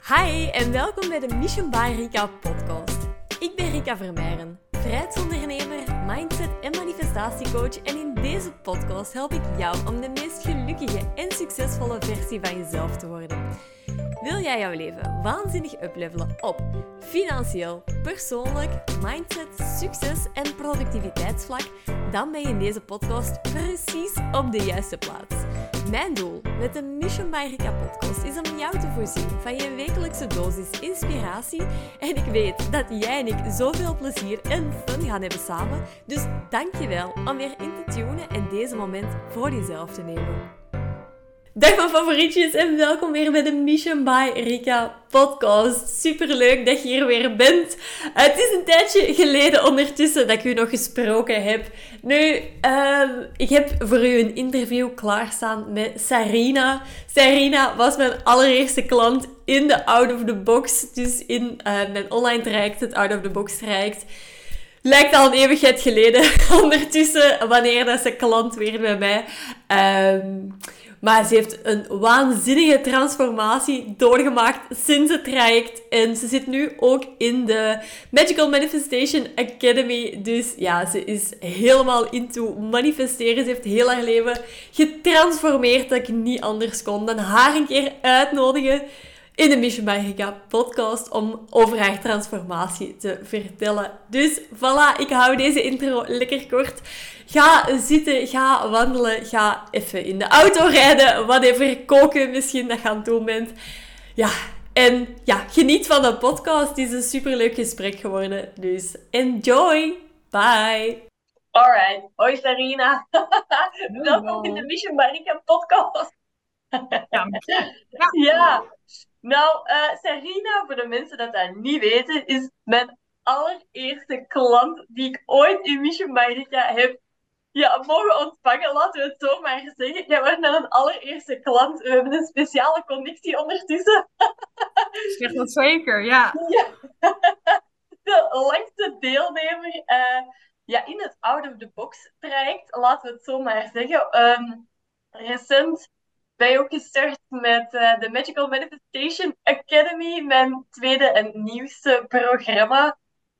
Hi en welkom bij de Mission by Rika podcast. Ik ben Rika Vermeijren, vrijheidsondernemer, mindset- en manifestatiecoach en in deze podcast help ik jou om de meest gelukkige en succesvolle versie van jezelf te worden. Wil jij jouw leven waanzinnig uplevelen op financieel, persoonlijk, mindset, succes en productiviteitsvlak? Dan ben je in deze podcast precies op de juiste plaats. Mijn doel met de Mission by Rika podcast is om jou te voorzien van je wekelijkse dosis inspiratie. En ik weet dat jij en ik zoveel plezier en fun gaan hebben samen. Dus dankjewel om weer in te tunen en deze moment voor jezelf te nemen. Dag mijn favorietjes en welkom weer bij de Mission by Rika podcast. Superleuk dat je hier weer bent. Het is een tijdje geleden ondertussen dat ik u nog gesproken heb. Nu, ik heb voor u een interview klaarstaan met Sarina. Sarina was mijn allereerste klant in de Out of the Box. Dus in mijn online traject, het Out of the Box traject. Lijkt al een eeuwigheid geleden ondertussen, wanneer dat ze klant werd bij mij. Maar ze heeft een waanzinnige transformatie doorgemaakt sinds het traject. En ze zit nu ook in de Magical Manifestation Academy. Dus ja, ze is helemaal into manifesteren. Ze heeft heel haar leven getransformeerd dat ik niet anders kon dan haar een keer uitnodigen in de Mission by Rika podcast om over haar transformatie te vertellen. Dus voilà, ik hou deze intro lekker kort. Ga zitten, ga wandelen, ga even in de auto rijden, whatever, koken misschien dat je aan het doen bent. Ja, en ja, geniet van de podcast. Het is een superleuk gesprek geworden. Dus enjoy! Bye! Alright, hoi Sarina. Welkom in de Mission by Rika podcast. Ja. Nou, Sarina, voor de mensen dat niet weten, is mijn allereerste klant die ik ooit in Mission by Rika heb mogen ontvangen. Laten we het zo maar zeggen. Jij was mijn allereerste klant. We hebben een speciale connectie ondertussen. Zeg dat zeker, ja. De langste deelnemer in het Out of the Box traject, laten we het zo maar zeggen. Recent ben je ook gestart met de Magical Manifestation Academy, mijn tweede en nieuwste programma.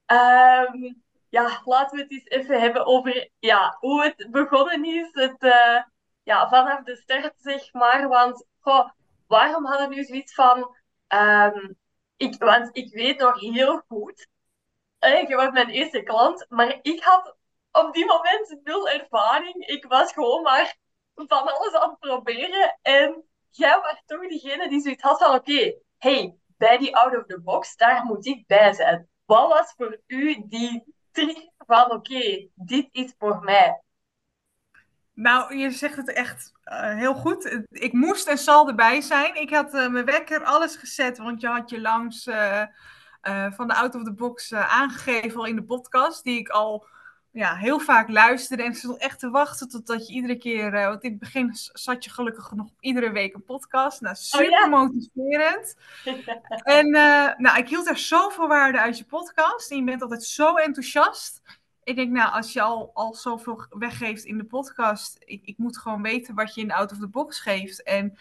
Laten we het eens even hebben over hoe het begonnen is. Vanaf de start, zeg maar. Want waarom hadden we nu zoiets van... Want ik weet nog heel goed... je was mijn eerste klant, maar ik had op die moment nul ervaring. Ik was gewoon maar van alles aan het proberen. En jij was toch degene die zoiets had van... Oké, bij die Out of the Box, daar moet ik bij zijn. Wat was voor u die trigger van... Oké, dit is voor mij? Nou, je zegt het echt heel goed. Ik moest en zal erbij zijn. Ik had mijn wekker, alles gezet, want je had je langs van de Out of the Box aangegeven al in de podcast, die ik al heel vaak luisterde. En ik stond echt te wachten totdat je iedere keer... want in het begin zat je gelukkig nog iedere week een podcast. Nou, super motiverend. En ik hield er zoveel waarde uit je podcast. En je bent altijd zo enthousiast. Ik denk, als je al zoveel weggeeft in de podcast... Ik moet gewoon weten wat je in Out of the Box geeft. En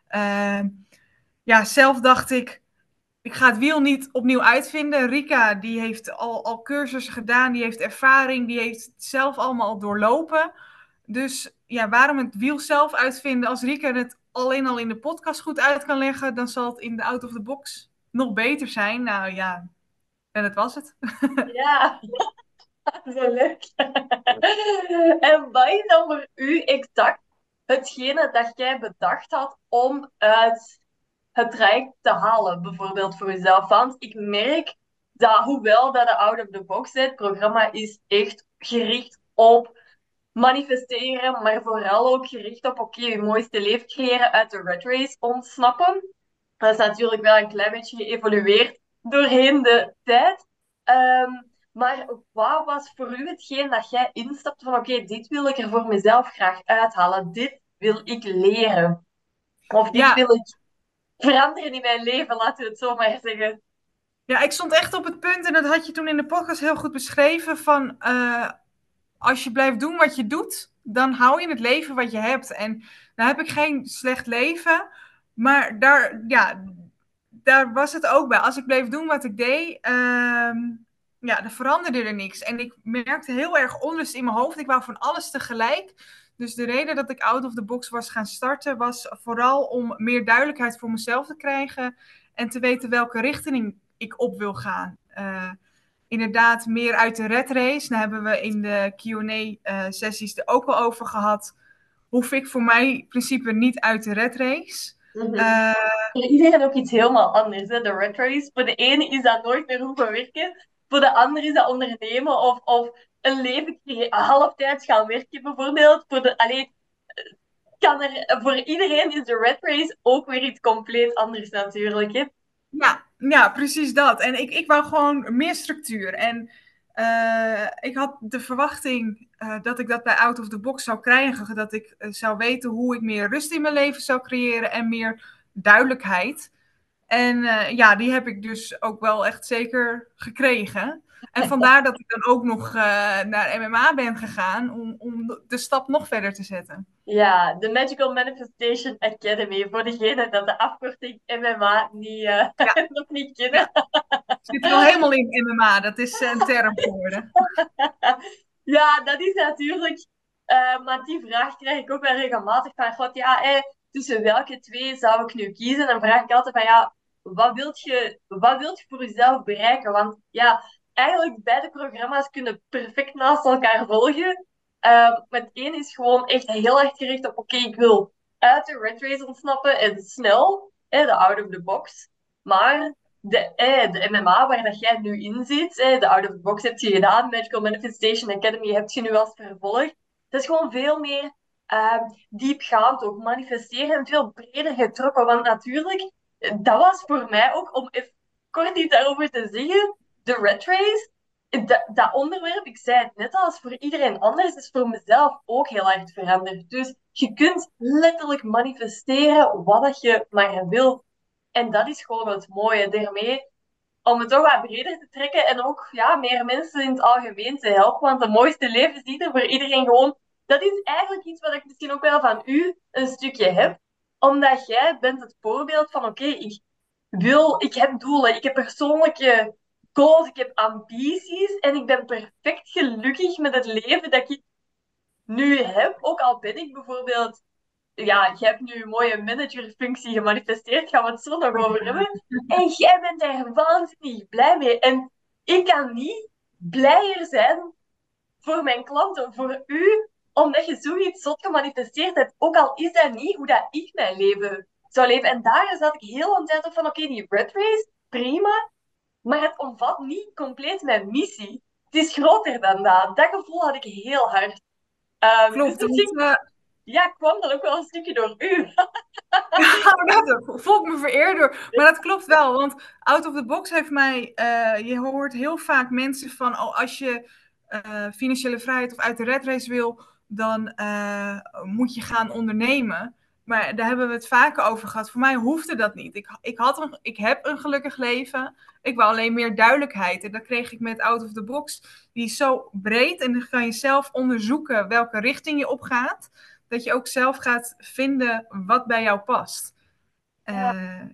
zelf dacht ik... Ik ga het wiel niet opnieuw uitvinden. Rika, die heeft al cursussen gedaan. Die heeft ervaring. Die heeft het zelf allemaal al doorlopen. Dus waarom het wiel zelf uitvinden? Als Rika het alleen al in de podcast goed uit kan leggen... dan zal het in de Out of the Box nog beter zijn. Nou ja, en dat was het. Ja, zo leuk. En wat is dan voor u exact hetgene dat jij bedacht had om uit het traject te halen, bijvoorbeeld voor jezelf? Want ik merk dat, hoewel dat de Out of the Box het programma is echt gericht op manifesteren, maar vooral ook gericht op je mooiste leven creëren, uit de rat race ontsnappen. Dat is natuurlijk wel een klein beetje geëvolueerd doorheen de tijd. Maar wat was voor u hetgeen dat jij instapte van dit wil ik er voor mezelf graag uithalen, dit wil ik leren? Of dit wil ik veranderen in mijn leven, laten we het zo maar zeggen. Ja, ik stond echt op het punt, en dat had je toen in de podcast heel goed beschreven, van als je blijft doen wat je doet, dan hou je het leven wat je hebt. En dan heb ik geen slecht leven, maar daar was het ook bij. Als ik bleef doen wat ik deed, ja, er veranderde er niks. En ik merkte heel erg onrust in mijn hoofd. Ik wou van alles tegelijk. Dus de reden dat ik out of the box was gaan starten, was vooral om meer duidelijkheid voor mezelf te krijgen en te weten welke richting ik op wil gaan. Inderdaad, meer uit de red race. Daar hebben we in de Q&A-sessies er ook al over gehad. Hoef ik voor mij in principe niet uit de red race. Voor iedereen ook iets helemaal anders, hè? De rat race. Voor de ene is dat nooit meer hoeven werken. Voor de andere is dat ondernemen of een leven halftijds gaan werken, bijvoorbeeld. Voor iedereen is de rat race ook weer iets compleet anders natuurlijk. Hè? Ja, precies dat. En ik wou gewoon meer structuur. En ik had de verwachting dat ik dat bij Out of the Box zou krijgen. Dat ik zou weten hoe ik meer rust in mijn leven zou creëren en meer duidelijkheid. En ja, die heb ik dus ook wel echt zeker gekregen. En vandaar dat ik dan ook nog naar MMA ben gegaan om de stap nog verder te zetten. Ja, de Magical Manifestation Academy. Voor degenen dat de afkorting MMA niet, Ja, nog niet kennen. ja. Zit er al helemaal in MMA, dat is een term geworden. Ja, dat is natuurlijk. Maar die vraag krijg ik ook wel regelmatig van, God, ja, tussen welke twee zou ik nu kiezen? Dan vraag ik altijd van, ja, wat wilt je voor jezelf bereiken? Want ja, eigenlijk beide programma's kunnen perfect naast elkaar volgen. Het een is gewoon echt heel erg gericht op, oké, ik wil uit de rat race ontsnappen en snel, de out of the box. Maar de MMA waar dat jij nu in zit, de Out of the Box heb je gedaan, Magical Manifestation Academy heb je nu als vervolg. Dat is gewoon veel meer diepgaand ook, manifesteren en veel breder getrokken. Want natuurlijk, dat was voor mij ook, om even kort iets daarover te zeggen, de rat race, dat onderwerp, ik zei het net al, is voor iedereen anders, is voor mezelf ook heel erg veranderd. Dus je kunt letterlijk manifesteren wat dat je maar wilt. En dat is gewoon het mooie daarmee, om het toch wat breder te trekken en ook ja, meer mensen in het algemeen te helpen. Want de mooiste leven ziet er voor iedereen gewoon. Dat is eigenlijk iets wat ik misschien ook wel van u een stukje heb. Omdat jij bent het voorbeeld van oké, ik heb doelen, ik heb persoonlijke goals, ik heb ambities en ik ben perfect gelukkig met het leven dat ik nu heb. Ook al ben ik bijvoorbeeld ja, je hebt nu een mooie managerfunctie gemanifesteerd, gaan we het zo nog over hebben. En jij bent daar waanzinnig blij mee. En ik kan niet blijer zijn voor mijn klanten, voor u, omdat je zoiets zot gemanifesteerd hebt. Ook al is dat niet hoe dat ik mijn leven zou leven. En daar zat ik heel een tijd op van, oké, die red race, prima, maar het omvat niet compleet mijn missie. Het is groter dan dat. Dat gevoel had ik heel hard. Dus Klopt, misschien ja, kwam dat ook wel een stukje door u. daar voel ik me vereerd door. Maar dat klopt wel, want Out of the Box heeft mij... je hoort heel vaak mensen van... Oh, als je financiële vrijheid of uit de red race wil... dan moet je gaan ondernemen. Maar daar hebben we het vaker over gehad. Voor mij hoefde dat niet. Ik heb een gelukkig leven. Ik wou alleen meer duidelijkheid. En dat kreeg ik met Out of the Box. Die is zo breed. En dan kan je zelf onderzoeken welke richting je opgaat. Dat je ook zelf gaat vinden wat bij jou past. Ja.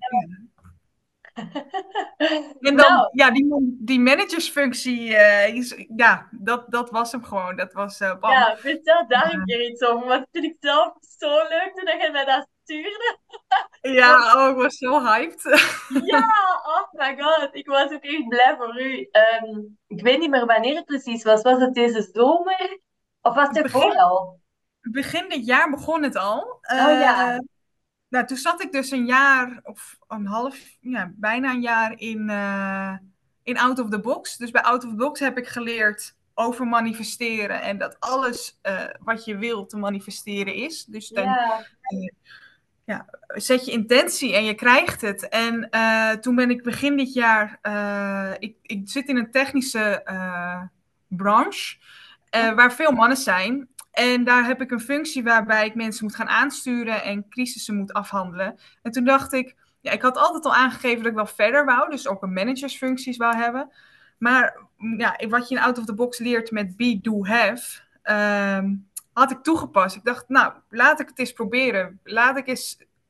En dan, Nou, ja, die managersfunctie, ja, dat was hem gewoon. Dat was, bam. ja, vertel daar een keer iets over. Want dat vind ik zelf zo leuk toen je mij dat stuurde. Want, Ja, oh, ik was zo hyped. ja, oh my god. Ik was ook echt blij voor u. Ik weet niet meer wanneer het precies was. Was het deze zomer? Of was het ervoor al? Begin dit jaar begon het al. Oh ja. Nou, toen zat ik dus een jaar of een half, ja, bijna een jaar in Out of the Box. Dus bij Out of the Box heb ik geleerd over manifesteren en dat alles wat je wil te manifesteren is. Dus dan Ja. ja, zet je intentie en je krijgt het. En toen ben ik begin dit jaar, ik zit in een technische branche waar veel mannen zijn. En daar heb ik een functie waarbij ik mensen moet gaan aansturen en crisissen moet afhandelen. En toen dacht ik, ja, ik had altijd al aangegeven dat ik wel verder wou, dus ook een managersfuncties wou hebben. Maar ja, wat je in Out of the Box leert met Be, Do, Have, had ik toegepast. Ik dacht, nou, laat ik het eens proberen. Laat ik eens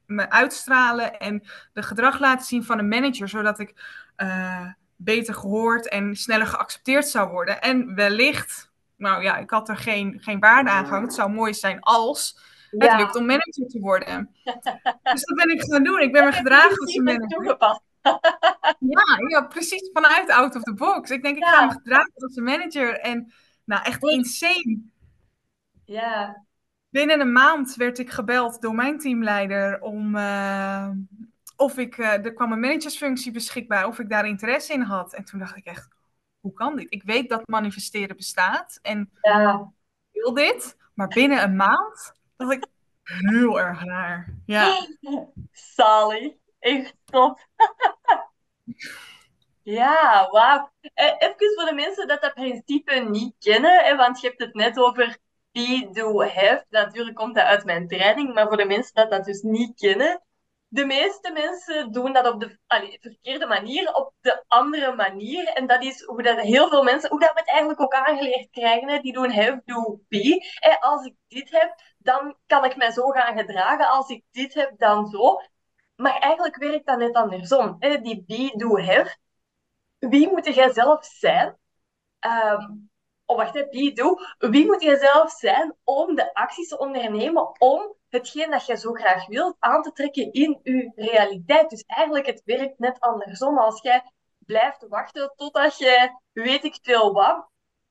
me uitstralen en de gedrag laten zien van een manager, zodat ik beter gehoord en sneller geaccepteerd zou worden. En wellicht, nou ja, ik had er geen waarde aan gehangen. Het zou mooi zijn als het Ja, lukt om manager te worden. Dus dat ben ik gaan doen. Ik ben me heb je gedragen als een principes manager. toegepast. Ja, precies vanuit out of the box. Ik denk, ik ga me Ja, gedragen als een manager. En nou, echt insane. ja, Binnen een maand werd ik gebeld door mijn teamleider om of ik, er kwam een managersfunctie beschikbaar, of ik daar interesse in had. En toen dacht ik echt, hoe kan dit? Ik weet dat manifesteren bestaat en ja. ik wil dit, maar binnen een maand dacht ik, heel erg raar. Ja. Zalig. Echt top. Ja, wauw. Even voor de mensen dat principe niet kennen, want je hebt het net over be, do, have. Natuurlijk komt dat uit mijn training, maar voor de mensen dat dus niet kennen, de meeste mensen doen dat op de verkeerde manier, op de andere manier. En dat is hoe dat heel veel mensen, hoe dat we het eigenlijk ook aangeleerd krijgen. Hè. Die doen have, do, be. Als ik dit heb, dan kan ik mij zo gaan gedragen. Als ik dit heb, dan zo. Maar eigenlijk werkt dat net andersom. Hè. Die be, do, have. Wie moet jij zelf zijn? Oh, wacht, be, do. Wie moet jij zelf zijn om de acties te ondernemen om hetgeen dat je zo graag wilt aan te trekken in je realiteit? Dus eigenlijk, het werkt net andersom. Als jij blijft wachten totdat je weet ik veel wat,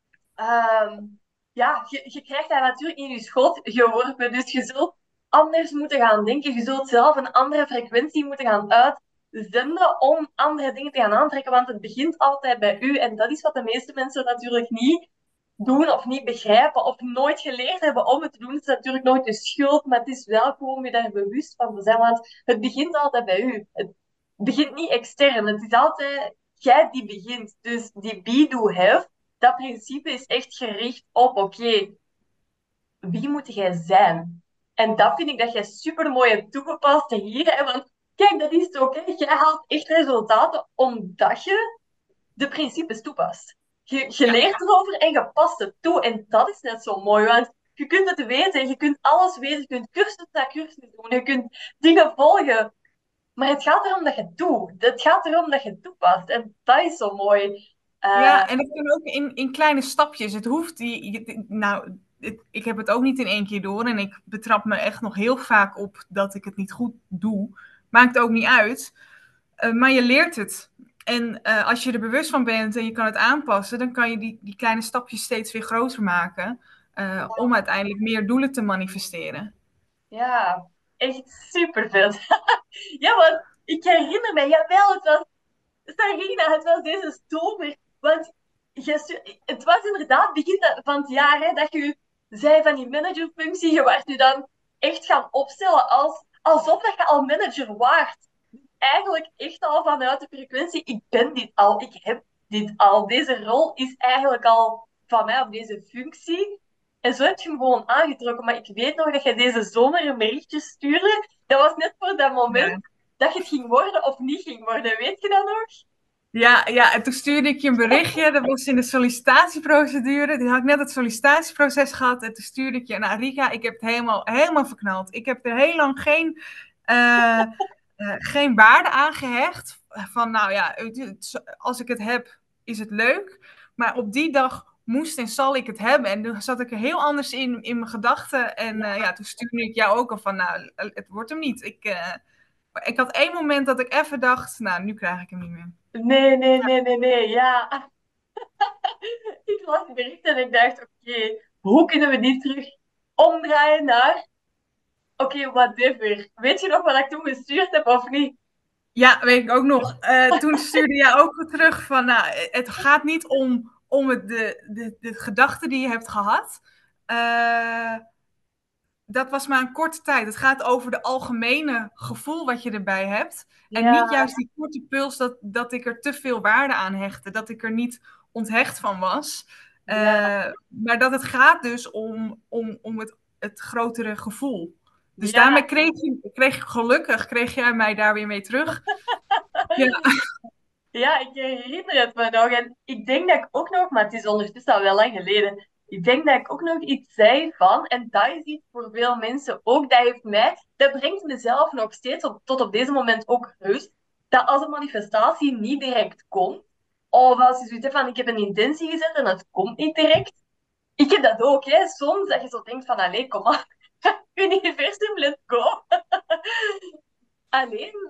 ja, je krijgt dat natuurlijk in je schoot geworpen. Dus je zult anders moeten gaan denken. Je zult zelf een andere frequentie moeten gaan uitzenden om andere dingen te gaan aantrekken. Want het begint altijd bij u. En dat is wat de meeste mensen natuurlijk niet doen of niet begrijpen of nooit geleerd hebben om het te doen. Het is natuurlijk nooit de schuld, maar het is wel gewoon om je daar bewust van te zijn. Want het begint altijd bij u. Het begint niet extern. Het is altijd jij die begint. Dus die be, do, have, dat principe is echt gericht op, oké, wie moet jij zijn? En dat vind ik dat jij super mooi hebt toegepast hier. Hè? Want kijk, dat is ook, hè? Jij haalt echt resultaten omdat je de principes toepast. Je Ja. leert erover en je past het toe. En dat is net zo mooi, want je kunt het weten, je kunt alles weten, je kunt cursus na cursus doen, je kunt dingen volgen. Maar het gaat erom dat je het doet. Het gaat erom dat je het toepast. En dat is zo mooi. Ja, en dat kan ook in kleine stapjes. Het hoeft nou, ik heb het ook niet in één keer door. En ik betrap me echt nog heel vaak op dat ik het niet goed doe. Maakt ook niet uit. Maar je leert het. En als je er bewust van bent en je kan het aanpassen, dan kan je die kleine stapjes steeds weer groter maken. Om uiteindelijk meer doelen te manifesteren. Ja, echt super vet. Ja, want ik herinner me, jawel, het was Sarina, het was deze zomer. Want het was inderdaad begin van het jaar hè, dat je zei van die managerfunctie. Je werd je dan echt gaan opstellen alsof dat je al manager waart. Eigenlijk echt al vanuit de frequentie, ik ben dit al, ik heb dit al. Deze rol is eigenlijk al van mij op deze functie. En zo heb je hem gewoon aangetrokken. Maar ik weet nog dat je deze zomer een berichtje stuurde. Dat was net voor dat moment Ja. dat je het ging worden of niet ging worden. Weet je dat nog? Ja, en toen stuurde ik je een berichtje. Dat was in de sollicitatieprocedure. Die had ik net het sollicitatieproces gehad. En toen stuurde ik je, nou Rika, ik heb het helemaal verknald. Ik heb er heel lang geen waarde aan gehecht. Van nou ja, als ik het heb, is het leuk. Maar op die dag moest en zal ik het hebben. En toen zat ik er heel anders in mijn gedachten. En toen stuurde ik jou ook al van, nou, het wordt hem niet. Ik had één moment dat ik even dacht, nou, nu krijg ik hem niet meer. Nee, ja. Ik las het bericht en ik dacht, oké, hoe kunnen we die terug omdraaien naar, oké, whatever. Weet je nog wat ik toen gestuurd heb of niet? Ja, weet ik ook nog. Toen stuurde jij ook terug van, nou, het gaat niet om de gedachten die je hebt gehad. Dat was maar een korte tijd. Het gaat over de algemene gevoel wat je erbij hebt. En niet Ja, juist die korte puls dat ik er te veel waarde aan hechtte. Dat ik er niet onthecht van was. ja, Maar dat het gaat dus om het grotere gevoel. Dus ja, daarmee kreeg jij mij daar weer mee terug. Ja, ja, ik herinner het me nog. En ik denk dat ik ook nog, maar het is ondertussen al wel lang geleden, ik denk dat ik ook nog iets zei van, en dat is iets voor veel mensen ook, dat heeft mij, dat brengt mezelf nog steeds tot op deze moment ook rust, dat als een manifestatie niet direct komt, of als je zoiets hebt van, ik heb een intentie gezet en het komt niet direct, ik heb dat ook, hè. Soms dat je zo denkt van, allee, kom maar, universum, let's go. Alleen,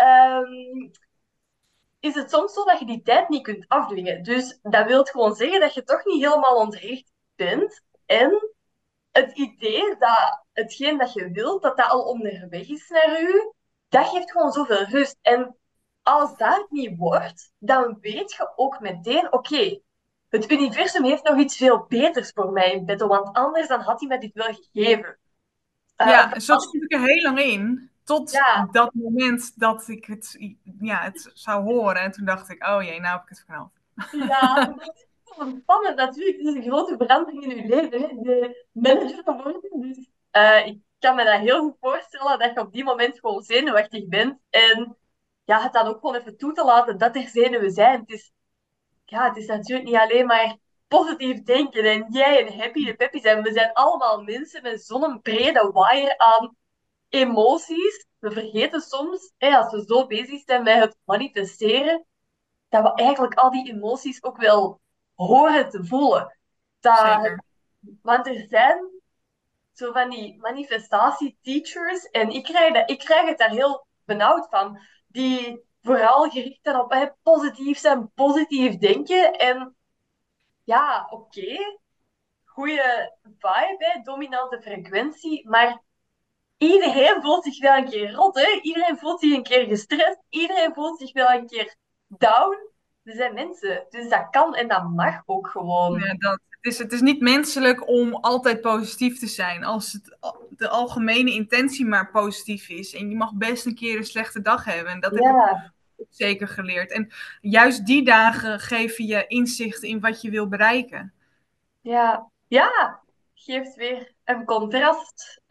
is het soms zo dat je die tijd niet kunt afdwingen. Dus dat wil gewoon zeggen dat je toch niet helemaal ontricht bent. En het idee dat hetgeen dat je wilt, dat dat al onderweg is naar u, dat geeft gewoon zoveel rust. En als dat het niet wordt, dan weet je ook meteen, oké, het universum heeft nog iets veel beters voor mij in petto, want anders dan had hij me dit wel gegeven. Ja, zo stond ik er heel lang in. Tot Ja, dat moment dat ik het zou horen. En toen dacht ik, oh jee, nou heb ik het verknald. ja, dat is wel spannend natuurlijk. Het is een grote verandering in je leven, hè. De manager te worden. Dus ik kan me dat heel goed voorstellen, dat je op die moment gewoon zenuwachtig bent. En ja, het dan ook gewoon even toe te laten dat er zenuwen zijn. Het is natuurlijk niet alleen maar positief denken en jij en happy en peppy zijn. We zijn allemaal mensen met zo'n brede wire aan emoties. We vergeten soms, hè, als we zo bezig zijn met het manifesteren, dat we eigenlijk al die emoties ook wel horen te voelen. Zeker. Want er zijn zo van die manifestatie-teachers, en ik krijg het daar heel benauwd van, die vooral gericht zijn op positief zijn, positief denken. En ja, oké, goede vibe, dominante frequentie, maar iedereen voelt zich wel een keer rot, hè? Iedereen voelt zich een keer gestrest. Iedereen voelt zich wel een keer down. Er zijn mensen, dus dat kan en dat mag ook gewoon. Ja, het is niet menselijk om altijd positief te zijn. Als de algemene intentie maar positief is. En je mag best een keer een slechte dag hebben. En dat heb ik Ja, ook zeker geleerd. En juist die dagen geven je inzicht in wat je wil bereiken. ja, geeft weer een contrast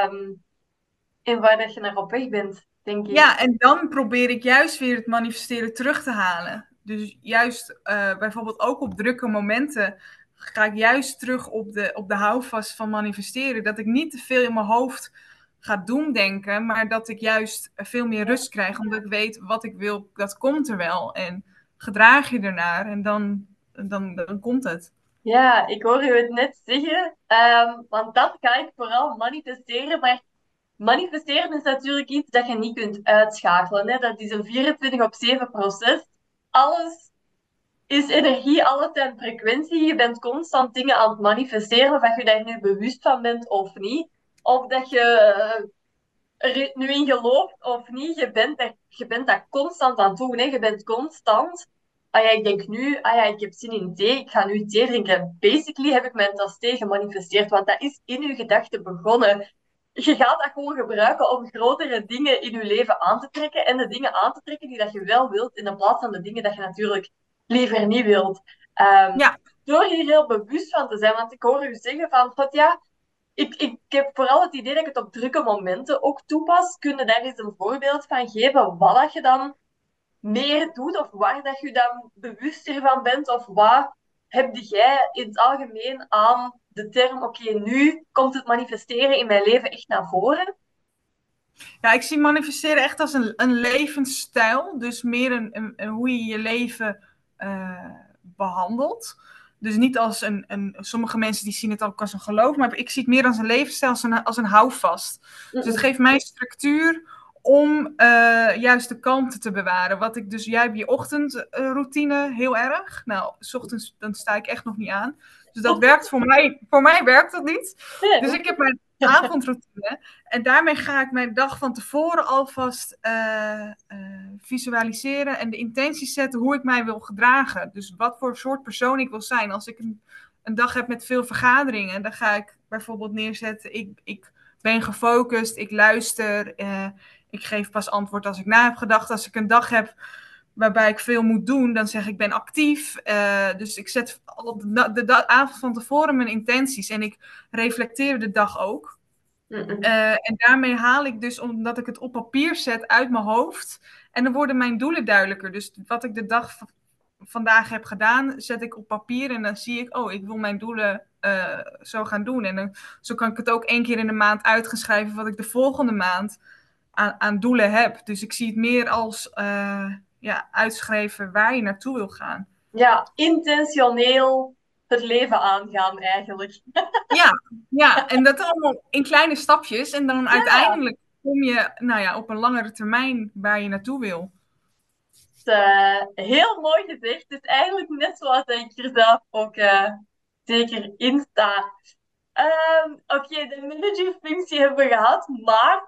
in waar dat je naar op weg bent, denk ik. Ja, en dan probeer ik juist weer het manifesteren terug te halen. Dus juist bijvoorbeeld ook op drukke momenten ga ik juist terug op de houvast van manifesteren. Dat ik niet te veel in mijn hoofd ga doemdenken, maar dat ik juist veel meer rust krijg. Omdat ik weet wat ik wil, dat komt er wel. En gedraag je ernaar en dan komt het. Ja, ik hoor u het net zeggen, want dat ga ik vooral manifesteren, maar manifesteren is natuurlijk iets dat je niet kunt uitschakelen. Hè? Dat is een 24/7 proces. Alles is energie, alles zijn frequentie. Je bent constant dingen aan het manifesteren, of je daar nu bewust van bent of niet. Of dat je er nu in gelooft of niet, je bent dat constant aan het doen. Hè? Je bent constant. Ah ja, ik denk nu, ah ja, ik heb zin in thee, ik ga nu thee drinken. Basically heb ik mijn tas thee gemanifesteerd, want dat is in uw gedachten begonnen. Je gaat dat gewoon gebruiken om grotere dingen in je leven aan te trekken en de dingen aan te trekken die dat je wel wilt, in plaats van de dingen dat je natuurlijk liever niet wilt. Um, Ja, door hier heel bewust van te zijn, want ik hoor u zeggen van, God, ja, ik heb vooral het idee dat ik het op drukke momenten ook toepas. Kun je daar eens een voorbeeld van geven wat dat je dan meer doet of waar dat je dan bewuster van bent of wat heb jij in het algemeen aan de term oké, nu komt het manifesteren in mijn leven echt naar voren? ja, ik zie manifesteren echt als een levensstijl. Dus meer hoe je je leven behandelt. Dus niet als sommige mensen die zien het ook als een geloof, maar ik zie het meer als een levensstijl, als een houvast. Dus het geeft mij structuur om juist de kalmte te bewaren. Jij hebt je ochtendroutine heel erg. Nou, 's ochtends dan sta ik echt nog niet aan. Dus dat werkt voor mij. Voor mij werkt dat niet. Dus ik heb mijn avondroutine. En daarmee ga ik mijn dag van tevoren alvast visualiseren en de intenties zetten hoe ik mij wil gedragen. Dus wat voor soort persoon ik wil zijn. Als ik een dag heb met veel vergaderingen, dan ga ik bijvoorbeeld neerzetten, ik ben gefocust, ik luister, ik geef pas antwoord als ik na heb gedacht. Als ik een dag heb waarbij ik veel moet doen, dan zeg ik ben actief. Dus ik zet de avond van tevoren mijn intenties en ik reflecteer de dag ook. En daarmee haal ik dus, omdat ik het op papier zet, uit mijn hoofd. En dan worden mijn doelen duidelijker. Dus wat ik de dag vandaag heb gedaan, zet ik op papier en dan zie ik, oh, ik wil mijn doelen zo gaan doen. En dan, zo kan ik het ook 1 keer in de maand uitgeschrijven wat ik de volgende maand aan doelen heb. Dus ik zie het meer als uitschrijven waar je naartoe wil gaan. Ja, intentioneel het leven aangaan eigenlijk. Ja, en dat allemaal in kleine stapjes. En dan uiteindelijk kom je op een langere termijn waar je naartoe wil. Heel mooi gezegd. Het is eigenlijk net zoals ik er zelf ook zeker in sta. Oké, de managerfunctie hebben we gehad, maar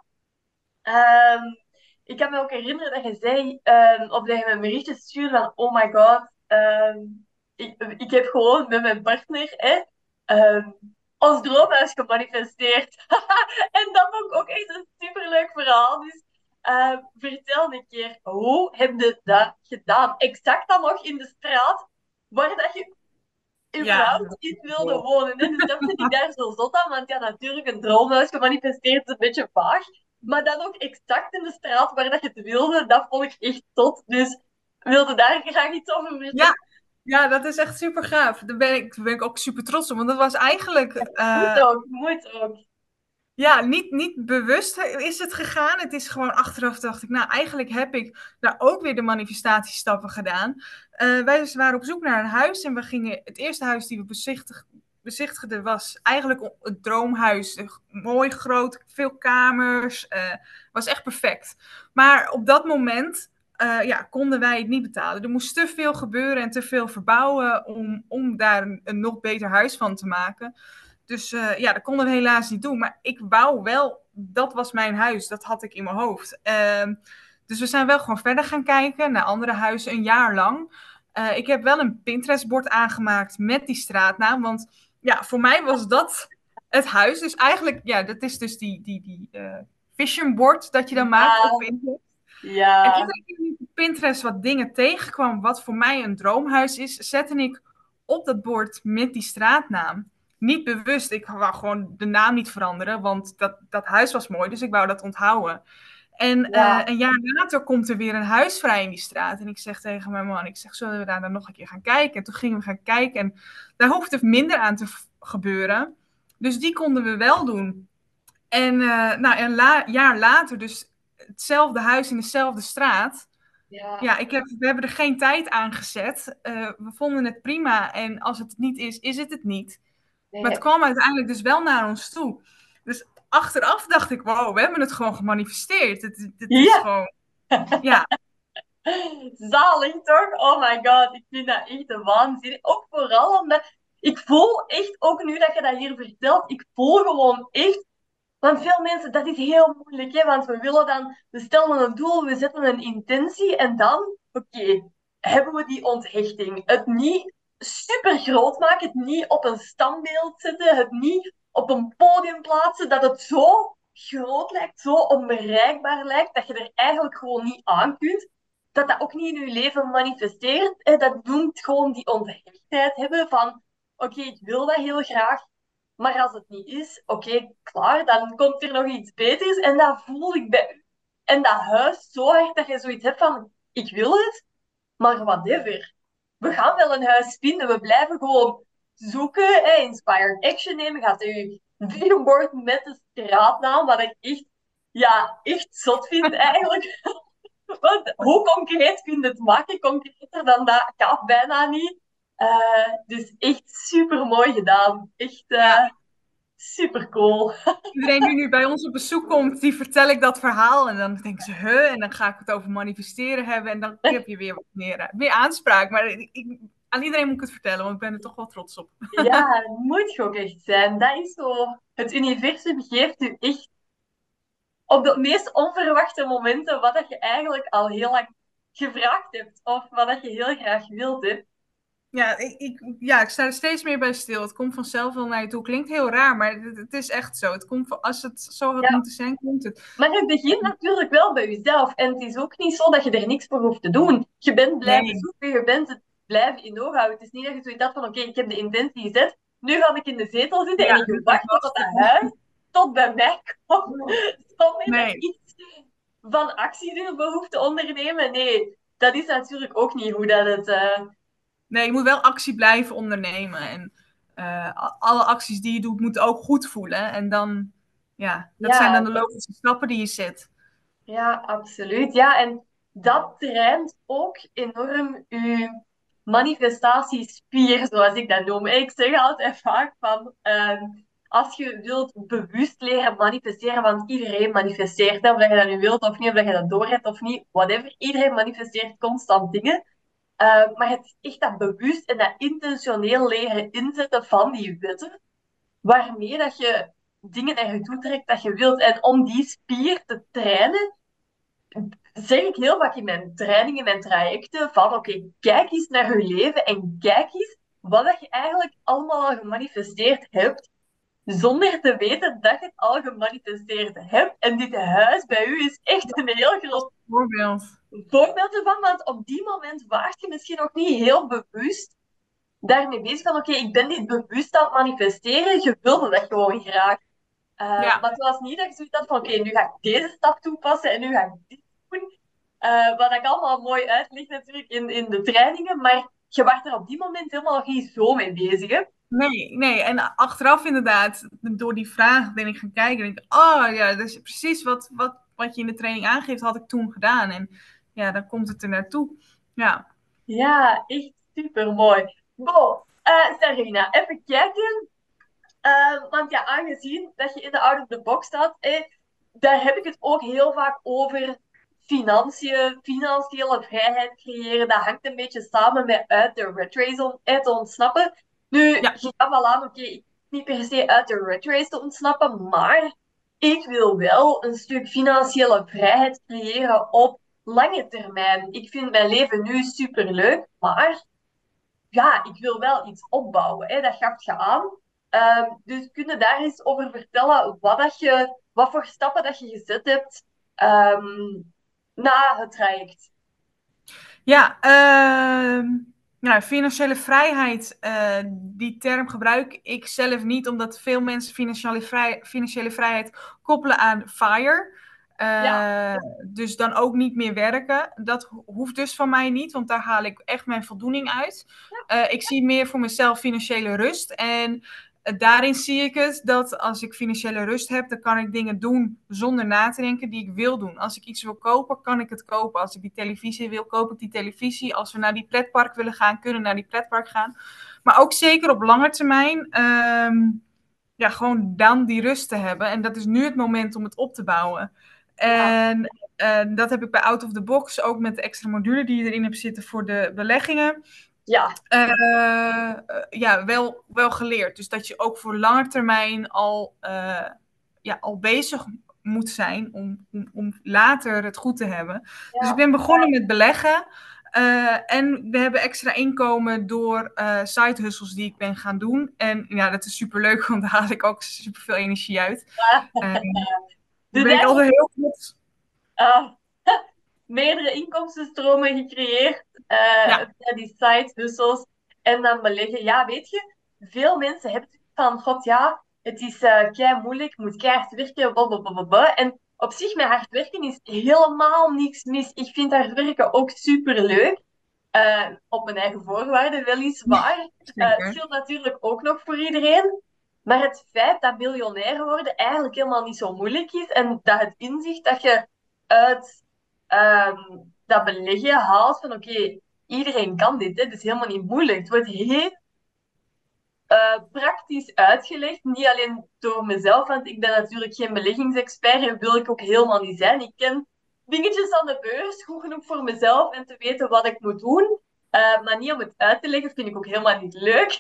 ik kan me ook herinneren dat je zei, of dat je me een berichtje stuurde van, oh my god, ik heb gewoon met mijn partner ons droomhuis gemanifesteerd. En dat vond ik ook echt een superleuk verhaal. Dus vertel een keer, hoe heb je dat gedaan? Exact dan nog in de straat waar dat je überhaupt in wilde wonen. Dus dat vind ik daar zo zot aan, want ja, natuurlijk, een droomhuis gemanifesteerd is een beetje vaag. Maar dan ook exact in de straat waar dat je het wilde, dat vond ik echt tot. Dus wilde daar graag iets over vertellen? Ja, dat is echt super gaaf. Daar ben ik ook super trots op. Want dat was eigenlijk... Moet ook. Ja, niet bewust is het gegaan. Het is gewoon achteraf dacht ik, nou eigenlijk heb ik daar ook weer de manifestatiestappen gedaan. Wij waren op zoek naar een huis en we gingen, het eerste huis die we bezichtigden was eigenlijk het droomhuis. Mooi groot, veel kamers, was echt perfect. Maar op dat moment konden wij het niet betalen. Er moest te veel gebeuren en te veel verbouwen om daar een nog beter huis van te maken. Dus dat konden we helaas niet doen. Maar ik wou wel, dat was mijn huis. Dat had ik in mijn hoofd. Dus we zijn wel gewoon verder gaan kijken naar andere huizen 1 jaar lang. Ik heb wel een Pinterest-bord aangemaakt met die straatnaam. Want ja, voor mij was dat het huis. Dus eigenlijk, dat is dus die vision board dat je dan maakt op Pinterest. Ja. En toen ik op Pinterest wat dingen tegenkwam wat voor mij een droomhuis is, zette ik op dat bord met die straatnaam. Niet bewust, ik wou gewoon de naam niet veranderen, want dat huis was mooi, dus ik wou dat onthouden. En een jaar later komt er weer een huis vrij in die straat. En ik zeg tegen mijn man, zullen we daar dan nog een keer gaan kijken? En toen gingen we gaan kijken en daar hoefde minder aan te gebeuren. Dus die konden we wel doen. En een jaar later, dus hetzelfde huis in dezelfde straat. Ja, we hebben er geen tijd aan gezet. We vonden het prima en als het niet is, is het niet. Nee. Maar het kwam uiteindelijk dus wel naar ons toe. Dus achteraf dacht ik, wow, we hebben het gewoon gemanifesteerd. Het is gewoon, Zalig toch? Oh my god, ik vind dat echt een waanzin. Ook vooral omdat ik voel echt, ook nu dat je dat hier vertelt, ik voel gewoon echt. Want veel mensen, dat is heel moeilijk, hè? Want we stellen een doel, we zetten een intentie en dan, hebben we die onthechting. Het niet super groot maken, het niet op een standbeeld zetten, het niet op een podium plaatsen, dat het zo groot lijkt, zo onbereikbaar lijkt, dat je er eigenlijk gewoon niet aan kunt. Dat ook niet in je leven manifesteert. Hè? Dat noemt gewoon die onthechtheid hebben van, ik wil dat heel graag, maar als het niet is, klaar, dan komt er nog iets beters. En dat voel ik bij u. En dat huis zo hard dat je zoiets hebt van, ik wil het, maar whatever. We gaan wel een huis vinden. We blijven gewoon zoeken. Inspired action nemen. Gaat u vision board met de straatnaam, wat ik echt zot vind eigenlijk. Want hoe concreet kun je het maken? Concreter dan dat kan bijna niet. Dus echt super mooi gedaan. Echt super cool. Iedereen die nu bij ons op bezoek komt, die vertel ik dat verhaal. En dan denken ze, en dan ga ik het over manifesteren hebben. En dan heb je weer wat meer aanspraak. Maar aan iedereen moet ik het vertellen, want ik ben er toch wel trots op. Ja, het moet ook echt zijn. Dat is zo. Het universum geeft u echt op de meest onverwachte momenten wat dat je eigenlijk al heel lang gevraagd hebt. Of wat dat je heel graag wilt. Hè. Ik sta er steeds meer bij stil. Het komt vanzelf wel naar je toe. Klinkt heel raar, maar het is echt zo. Als het zo had moeten zijn, komt het. Maar het begint natuurlijk wel bij jezelf. En het is ook niet zo dat je er niks voor hoeft te doen. Je bent blijven zoeken, je bent het blijven in oog houden. Het is niet dat je zoiets had van, ik heb de intentie gezet. Nu ga ik in de zetel zitten en ik wacht tot het huis tot bij mij komt. Zonder iets van actie behoeft te ondernemen. Nee, dat is natuurlijk ook niet hoe dat het Nee, je moet wel actie blijven ondernemen. En alle acties die je doet, moeten ook goed voelen. En dan, ja, dat zijn dan Ja, de logische stappen die je zet. ja, absoluut. Ja, en dat traint ook enorm uw manifestatiespier, zoals ik dat noem. Ik zeg altijd vaak van, als je wilt bewust leren manifesteren, want iedereen manifesteert, hè, of dat je dat nu wilt of niet, of dat je dat doorhebt of niet, whatever. Iedereen manifesteert constant dingen. Maar het is echt dat bewust en dat intentioneel leren inzetten van die wetten, waarmee dat je dingen naar je toe trekt dat je wilt. En om die spier te trainen, zeg ik heel vaak in mijn trainingen, in mijn trajecten, van oké, kijk eens naar je leven en kijk eens wat dat je eigenlijk allemaal al gemanifesteerd hebt, zonder te weten dat je het al gemanifesteerd hebt. En dit huis bij u is echt een heel groot Voorbeeld. voorbeeld ervan, want op die moment waart je misschien nog niet heel bewust daarmee bezig van oké, ik ben dit bewust aan het manifesteren, je wilde dat gewoon graag. Ja. Maar het was niet dat je zoiets had van oké, nu ga ik deze stap toepassen en nu ga ik dit doen. Wat ik allemaal mooi uitleg natuurlijk in de trainingen, maar je was er op die moment helemaal niet zo mee bezig. Hè? Nee. En achteraf inderdaad, door die vraag ben ik gaan kijken. En denk ik, oh ja, dat is precies wat je in de training aangeeft, had ik toen gedaan. En ja, dan komt het er naartoe. Ja. Ja, echt super mooi. Bon, Sarina, even kijken. Want ja, aangezien dat je in de out of the box staat, daar heb ik het ook heel vaak over financiën, financiële vrijheid creëren. Dat hangt een beetje samen met uit de rat race te ontsnappen. Nu, Ja. je gaf al aan, oké, ik hoef niet per se uit de rat race te ontsnappen, maar ik wil wel een stuk financiële vrijheid creëren op lange termijn. Ik vind mijn leven nu superleuk, maar ja, ik wil wel iets opbouwen. Hè? Dat gaf je aan. Dus kun je daar eens over vertellen wat voor stappen dat je gezet hebt na het traject? Ja, nou, financiële vrijheid, die term gebruik ik zelf niet, omdat veel mensen financiële vrijheid koppelen aan FIRE. Ja. Dus dan ook niet meer werken. Dat hoeft dus van mij niet, want daar haal ik echt mijn voldoening uit. Ik zie meer voor mezelf financiële rust. En daarin zie ik het dat als ik financiële rust heb, dan kan ik dingen doen zonder na te denken die ik wil doen. Als ik iets wil kopen, kan ik het kopen. Als ik die televisie wil, koop ik die televisie. Als we naar die pretpark willen gaan, kunnen we naar die pretpark gaan. Maar ook zeker op lange termijn, ja, gewoon dan die rust te hebben. En dat is nu het moment om het op te bouwen. En dat heb ik bij Out of the Box, ook met de extra module die je erin hebt zitten voor de beleggingen. Ja. Ja, wel geleerd. Dus dat je ook voor lange termijn al bezig moet zijn om later het goed te hebben. Ja. Dus ik ben begonnen met beleggen. En we hebben extra inkomen door side hustles die ik ben gaan doen. En ja, dat is superleuk, want daar haal ik ook superveel energie uit. Daar ben ik altijd heel trots. Meerdere inkomstenstromen gecreëerd via die side hustles en dan beleggen. Ja, weet je, veel mensen hebben het van, god ja, het is kei moeilijk, ik moet keihard werken, blablabla. En op zich, met hard werken is helemaal niks mis. Ik vind hard werken ook superleuk. Op mijn eigen voorwaarden, weliswaar. Het scheelt natuurlijk ook nog voor iedereen. Maar het feit dat miljonair worden eigenlijk helemaal niet zo moeilijk is en dat het inzicht dat je uit dat beleggen haalt van oké, iedereen kan dit, hè. Het is helemaal niet moeilijk. Het wordt heel praktisch uitgelegd, niet alleen door mezelf, want ik ben natuurlijk geen beleggingsexpert en wil ik ook helemaal niet zijn. Ik ken dingetjes aan de beurs, goed genoeg voor mezelf en te weten wat ik moet doen. Maar niet om het uit te leggen, vind ik ook helemaal niet leuk.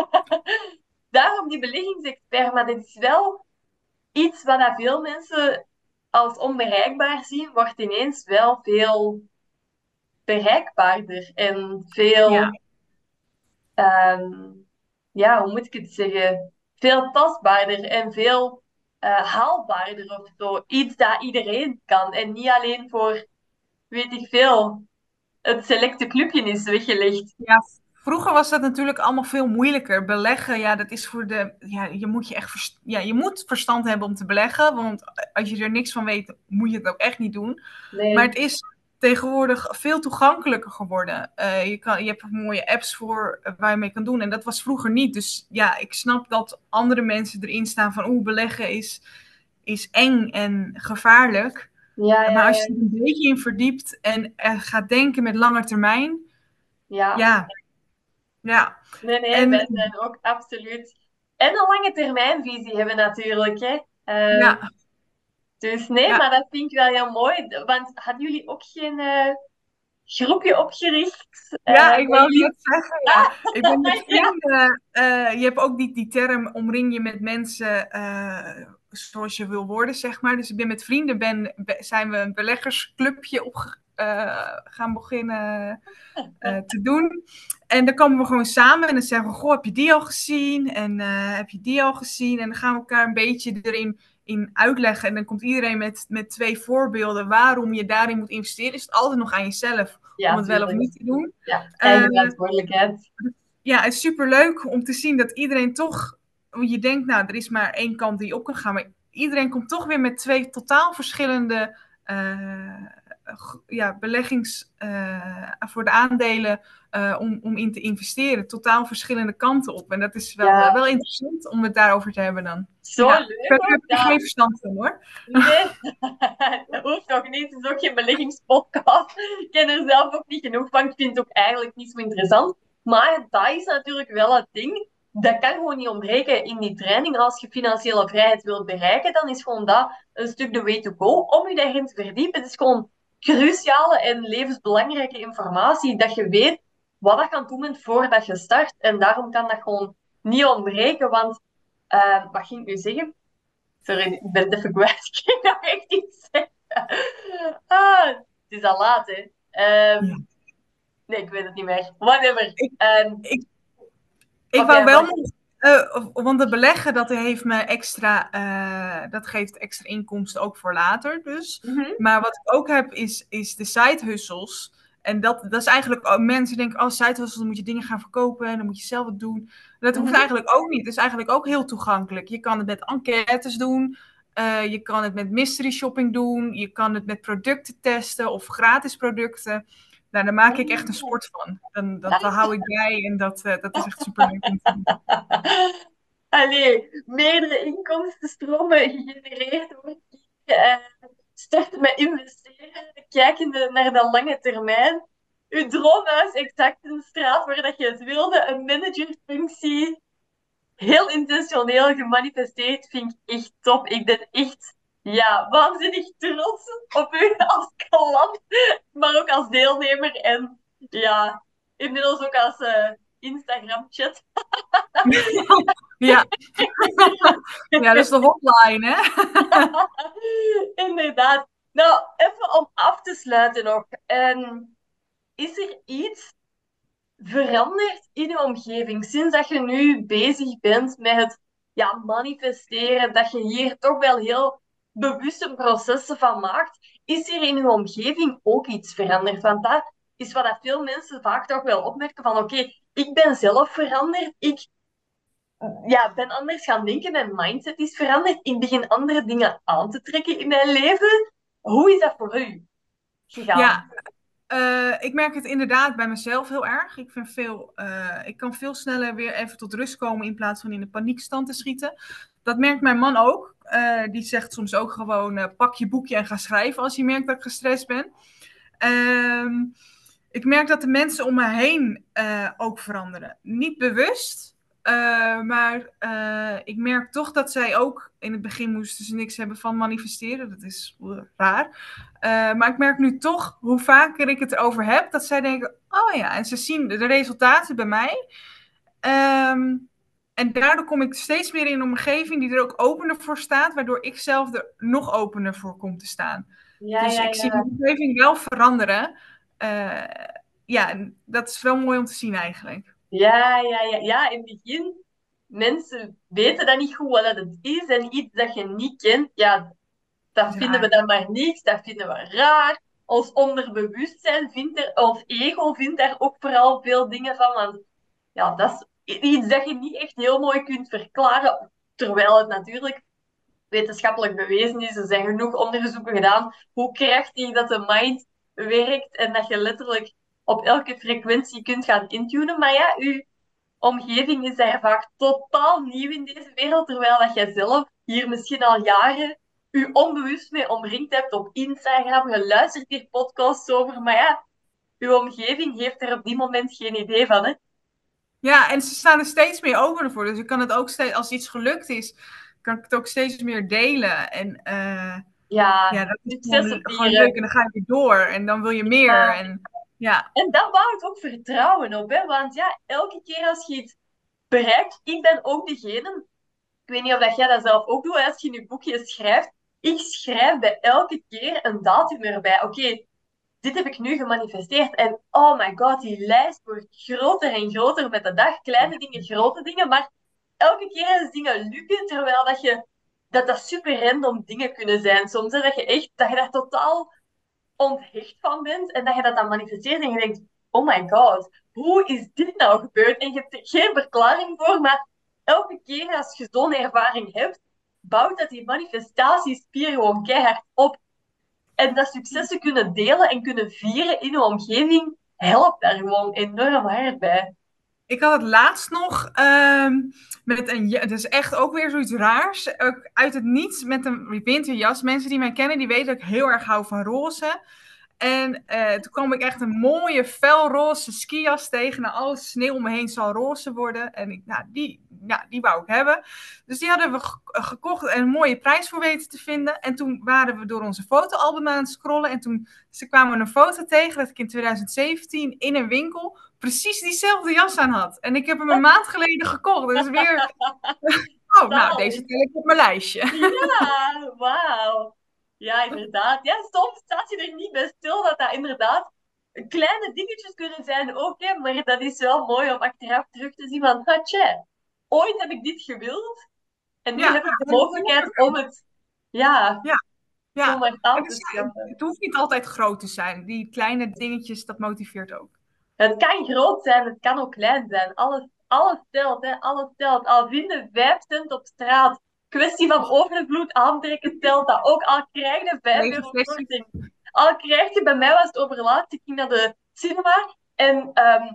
Daarom die beleggingsexpert, maar dit is wel iets wat veel mensen als onbereikbaar zien, wordt ineens wel veel bereikbaarder en veel, hoe moet ik het zeggen? Veel tastbaarder en veel haalbaarder of zo. Iets dat iedereen kan en niet alleen voor, weet ik veel, het selecte clubje is weggelegd. Ja, vroeger was dat natuurlijk allemaal veel moeilijker. Beleggen, ja, dat is voor de. Ja, je moet verstand hebben om te beleggen. Want als je er niks van weet, moet je het ook echt niet doen. Nee. Maar het tegenwoordig veel toegankelijker geworden. Je hebt er mooie apps voor waar je mee kan doen. En dat was vroeger niet. Dus ja, ik snap dat andere mensen erin staan van beleggen is eng en gevaarlijk. Ja, Maar ja, als je ja. er een beetje in verdiept en gaat denken met lange termijn, Ja. ja, ja. Nee, En wij zijn ook absoluut. En een lange termijnvisie hebben natuurlijk, hè. ja, Dus nee, ja, maar dat vind ik wel heel mooi. Want hadden jullie ook geen groepje opgericht? ja, ik Bij wou jullie? net zeggen, ja. Ah, Ik ben met ja, vrienden, je hebt ook die term omring je met mensen zoals je wil worden, zeg maar. Dus ik ben met vrienden, zijn we een beleggersclubje gaan beginnen te doen. En dan komen we gewoon samen en dan zeggen we, goh, heb je die al gezien? En heb je die al gezien? En dan gaan we elkaar een beetje erin uitleggen. En dan komt iedereen met 2 voorbeelden waarom je daarin moet investeren. Is het altijd nog aan jezelf om ja, het wel of tuurlijk. niet te doen. Ja, eigen Uh, verantwoordelijkheid. ja, het is superleuk om te zien dat iedereen toch... Je denkt, nou, er is maar 1 kant die op kan gaan. Maar iedereen komt toch weer met 2 totaal verschillende beleggings voor de aandelen om in te investeren. Totaal verschillende kanten op. En dat is Ja, wel interessant om het daarover te hebben dan. zo Ja, leuk verder heb ook ik er dat. geen verstand van hoor. Nee, dat hoeft toch niet. Het is ook geen beleggingspodcast. Ik ken er zelf ook niet genoeg van. Ik vind het ook eigenlijk niet zo interessant. Maar dat is natuurlijk wel het ding. Dat kan gewoon niet ontbreken in die training. Als je financiële vrijheid wilt bereiken, dan is gewoon dat een stuk de way to go. Om je daarin te verdiepen, het is gewoon cruciale en levensbelangrijke informatie. Dat je weet wat je aan het doen bent voordat je start. En daarom kan dat gewoon niet ontbreken. Want, wat ging ik nu zeggen? Sorry, ik ben het even kwijt. Ik ging nog echt iets zeggen. Ah, het is al laat, hè. Ja. Nee, ik weet het niet meer. Whatever. Ik, ik Oké, wou wel wacht. nog, want het beleggen dat heeft me dat geeft extra inkomsten ook voor later dus. Mhm, Maar wat ik ook heb is de side hustles. En dat is eigenlijk, mensen denken, side hustles, dan moet je dingen gaan verkopen en dan moet je zelf het doen. Dat hoeft mhm. eigenlijk ook niet. Het is eigenlijk ook heel toegankelijk. Je kan het met enquêtes doen, je kan het met mystery shopping doen, je kan het met producten testen of gratis producten. Nou, daar maak ik echt een sport van. Dat hou ik bij en dat is echt super leuk om te doen. Allee, meerdere inkomstenstromen gegenereerd wordt. Uh, starten met investeren, kijkende naar de lange termijn. Uw droomhuis exact in de straat waar dat je het wilde, een managerfunctie. Heel intentioneel gemanifesteerd, vind ik echt top. Ik ben echt, ja, waanzinnig trots op u als klant, maar ook als deelnemer en ja, inmiddels ook als Instagram-chat. Ja. Ja, dat is de hotline, hè? Inderdaad. Nou, even om af te sluiten nog. Is er iets veranderd in je omgeving sinds dat je nu bezig bent met het manifesteren, dat je hier toch wel heel bewuste processen van maakt? Is er in je omgeving ook iets veranderd? Want dat is wat dat veel mensen vaak toch wel opmerken van oké, ik ben zelf veranderd, ik ben anders gaan denken, mijn mindset is veranderd, ik begin andere dingen aan te trekken in mijn leven. Hoe is dat voor u gegaan? Ja, ik merk het inderdaad bij mezelf heel erg. Ik kan veel sneller weer even tot rust komen in plaats van in de paniekstand te schieten. Dat merkt mijn man ook. Die zegt soms ook gewoon, pak je boekje en ga schrijven als hij merkt dat ik gestrest ben. Ik merk dat de mensen om me heen ook veranderen. Niet bewust, maar ik merk toch dat zij ook in het begin moesten ze niks hebben van manifesteren. Dat is raar. Maar ik merk nu toch, hoe vaker ik het erover heb, dat zij denken, oh ja, en ze zien de resultaten bij mij. En daardoor kom ik steeds meer in een omgeving die er ook opener voor staat, waardoor ik zelf er nog opener voor kom te staan. Ja, Dus ja, ik zie de ja. omgeving wel veranderen. Ja, dat is wel mooi om te zien eigenlijk. Ja, ja, ja. Ja, in het begin, mensen weten dan niet goed wat dat het is. En iets dat je niet kent, ja, Dat dat is vinden we raar. dan maar niks. Dat vinden we raar. Ons onderbewustzijn vindt er, ons ego vindt daar ook vooral veel dingen van. Want ja, dat is iets dat je niet echt heel mooi kunt verklaren. Terwijl het natuurlijk wetenschappelijk bewezen is. Er zijn genoeg onderzoeken gedaan hoe krachtig dat de mind werkt en dat je letterlijk op elke frequentie kunt gaan intunen. Maar ja, uw omgeving is daar vaak totaal nieuw in deze wereld, terwijl dat jij zelf hier misschien al jaren je onbewust mee omringd hebt op Instagram. Je luistert hier podcasts over, maar ja, uw omgeving heeft er op die moment geen idee van, hè? Ja, en ze staan er steeds meer open voor. Dus ik kan het ook steeds, als iets gelukt is, kan ik het ook steeds meer delen. En Ja, ja, dat is successen gewoon leuk. vieren. En dan ga je weer door. En dan wil je meer. Ja. En ja, En dat bouwt ook vertrouwen op, hè? Want ja, elke keer als je iets bereikt, ik ben ook degene, ik weet niet of dat jij dat zelf ook doet, als je in je boekje schrijft, ik schrijf bij elke keer een datum erbij. Oké, dit heb ik nu gemanifesteerd. En oh my god, die lijst wordt groter en groter met de dag. Kleine dingen, grote dingen. Maar elke keer als dingen lukken, terwijl dat super random dingen kunnen zijn. Soms hè, dat je daar totaal onthecht van bent en dat je dat dan manifesteert en je denkt, oh my god, hoe is dit nou gebeurd? En je hebt er geen verklaring voor, maar elke keer als je zo'n ervaring hebt, bouwt dat die manifestatiespier gewoon keihard op. En dat successen kunnen delen en kunnen vieren in je omgeving, helpt daar gewoon enorm hard bij. ik had het laatst nog met een... Het is echt ook weer zoiets raars. Ook uit het niets met een winterjas. Mensen die mij kennen, die weten dat ik heel erg hou van roze. En toen kwam ik echt een mooie felroze skijas tegen. Nou, alle sneeuw om me heen zal roze worden. En die wou ik hebben. Dus die hadden we gekocht en een mooie prijs voor weten te vinden. En toen waren we door onze fotoalbum aan het scrollen. En toen kwamen we een foto tegen dat ik in 2017 in een winkel precies diezelfde jas aan had. En ik heb hem een maand geleden gekocht. Dus weer... Oh, nou, deze tel ik op mijn lijstje. Ja, wauw. Ja, inderdaad. Ja, soms staat je er niet bij stil dat dat inderdaad kleine dingetjes kunnen zijn ook, hè, maar dat is wel mooi om achteraf terug te zien van, hatje, ooit heb ik dit gewild en nu Ja, heb ik de mogelijkheid om het, ja, ja, ja. om het aan Het, te is, schaffen. het hoeft niet altijd groot te zijn. Die kleine dingetjes, dat motiveert ook. Het kan groot zijn, het kan ook klein zijn. Alles telt, hè. Alles telt. Al vinden 5 cent op straat. Kwestie van overvloed aantrekken telt dat ook. Al krijg je 5 Lege euro flesje. korting. Al krijg je, bij mij was het overlaatst, ik ging naar de cinema en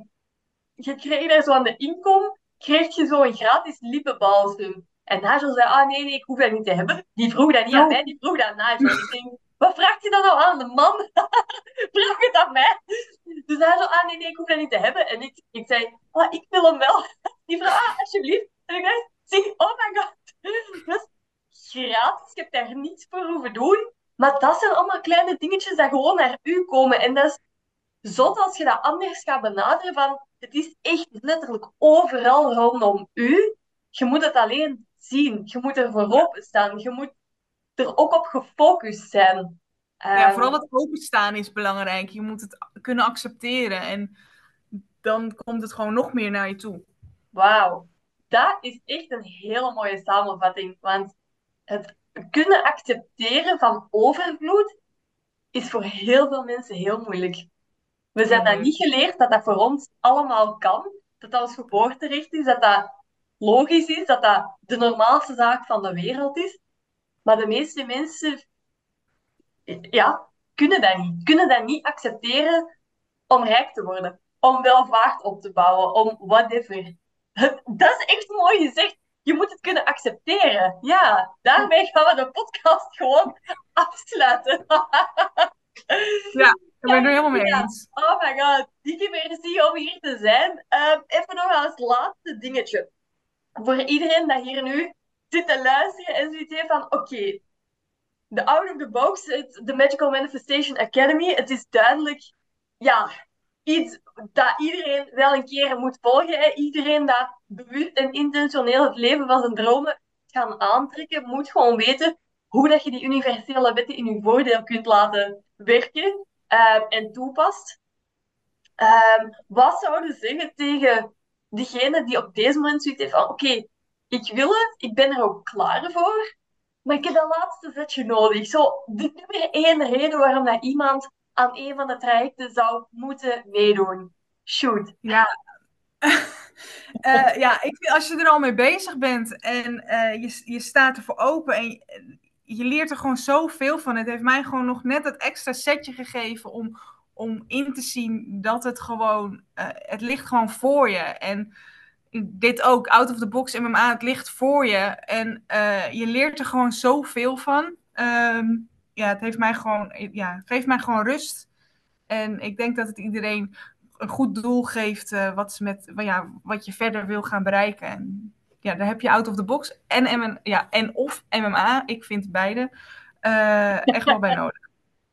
je kreeg daar zo aan de inkom, kreeg je zo een gratis lippenbalsem. En Nigel zei, ah nee, ik hoef dat niet te hebben. Die vroeg dat niet aan mij, die vroeg dat aan Nigel. Ik denk, wat vraagt hij dan nou aan de man? Vraag het aan mij. Dus hij zo, ah nee, ik hoef dat niet te hebben. En ik zei, ah, ik wil hem wel. Die vroeg, ah, alsjeblieft. En ik dacht, zie, oh my god. Dat is gratis, je hebt daar niets voor hoeven doen. Maar dat zijn allemaal kleine dingetjes dat gewoon naar u komen. En dat is zot als je dat anders gaat benaderen van, het is echt letterlijk overal rondom u. Je moet het alleen zien. Je moet er voor openstaan. Je moet er ook op gefocust zijn. Ja, vooral het openstaan is belangrijk. Je moet het kunnen accepteren. En dan komt het gewoon nog meer naar je toe. Wauw, dat is echt een hele mooie samenvatting. Want het kunnen accepteren van overvloed is voor heel veel mensen heel moeilijk. We zijn dat niet geleerd dat dat voor ons allemaal kan, dat dat ons geboorterecht is, dat dat logisch is, dat dat de normaalste zaak van de wereld is. Maar de meeste mensen, ja, kunnen dat niet accepteren om rijk te worden, om welvaart op te bouwen, om whatever. Dat is echt mooi gezegd. Je moet het kunnen accepteren. Ja, daarmee gaan we de podcast gewoon afsluiten. Ja, ik ben het er helemaal mee Ja. eens. Oh my god, dikke merci om hier te zijn. Even nog als laatste dingetje. Voor iedereen dat hier nu zit te luisteren en zoiets heeft van, oké, de Out of the Box, de Magical Manifestation Academy, het is duidelijk, ja, iets dat iedereen wel een keer moet volgen. Hè. Iedereen dat bewust en intentioneel het leven van zijn dromen gaan aantrekken, moet gewoon weten hoe dat je die universele wetten in je voordeel kunt laten werken en toepast. Wat zouden ze zeggen tegen degene die op deze moment zoiets heeft van oké, ik wil het, ik ben er ook klaar voor, maar ik heb dat laatste zetje nodig. Zo, de nummer 1 reden waarom dat iemand aan een van de trajecten zou moeten meedoen. Shoot. Ja. Ja, ik vind als je er al mee bezig bent en je staat ervoor open en je leert er gewoon zoveel van. Het heeft mij gewoon nog net dat extra setje gegeven om in te zien dat het gewoon, het ligt gewoon voor je. En dit ook, out of the box MMA, het ligt voor je. En je leert er gewoon zoveel van. Het geeft mij gewoon rust. En ik denk dat het iedereen een goed doel geeft wat je verder wil gaan bereiken. En ja, daar heb je out of the box en of MMA. Ik vind beide echt wel bij nodig.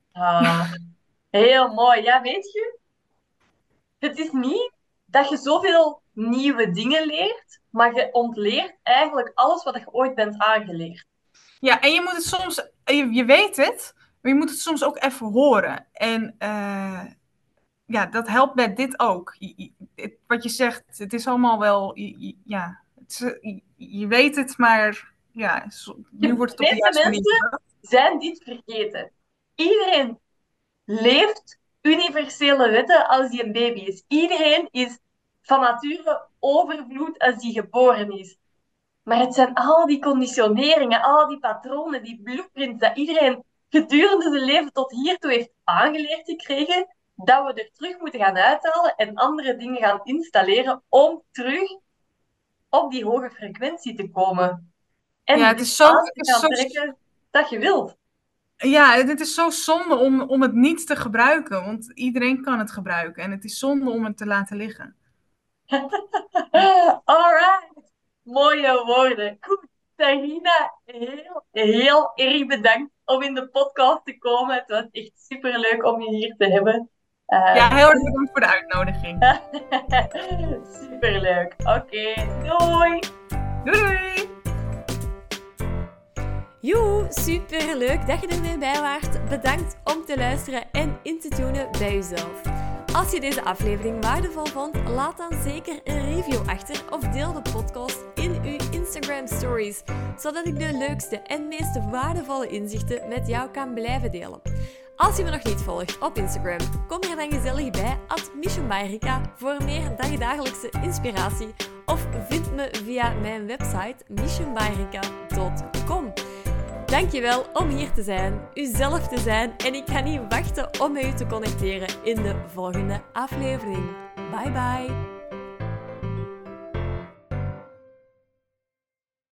Heel mooi. Ja, weet je, het is niet dat je zoveel nieuwe dingen leert, maar je ontleert eigenlijk alles wat je ooit bent aangeleerd. Ja, en je moet het soms, je weet het, maar je moet het soms ook even horen. En dat helpt met dit ook. Wat je zegt, het is allemaal wel, je weet het, maar ja, nu wordt het op de juiste manier. Mensen zijn dit vergeten. Iedereen leeft universele wetten als hij een baby is. Iedereen is van nature overvloed als hij geboren is. Maar het zijn al die conditioneringen, al die patronen, die blueprints, dat iedereen gedurende zijn leven tot hiertoe heeft aangeleerd gekregen, dat we er terug moeten gaan uithalen en andere dingen gaan installeren om terug op die hoge frequentie te komen. En het is zo trekken dat je wilt. Ja, het is zo zonde om het niet te gebruiken, want iedereen kan het gebruiken. En het is zonde om het te laten liggen. Alright. Mooie woorden. Goed, Sarina, heel erg bedankt om in de podcast te komen. Het was echt superleuk om je hier te hebben. Heel erg bedankt voor de uitnodiging. Superleuk. Oké, doei. Doei. Joe, superleuk dat je er weer bij waart. Bedankt om te luisteren en in te tunen bij jezelf. Als je deze aflevering waardevol vond, laat dan zeker een review achter of deel de podcast in uw Instagram stories, zodat ik de leukste en meest waardevolle inzichten met jou kan blijven delen. Als je me nog niet volgt op Instagram, kom er dan gezellig bij @missionbyrika voor meer dagdagelijkse inspiratie of vind me via mijn website missionbyrika.com. Dankjewel om hier te zijn, uzelf te zijn en ik ga niet wachten om met u te connecteren in de volgende aflevering. Bye bye!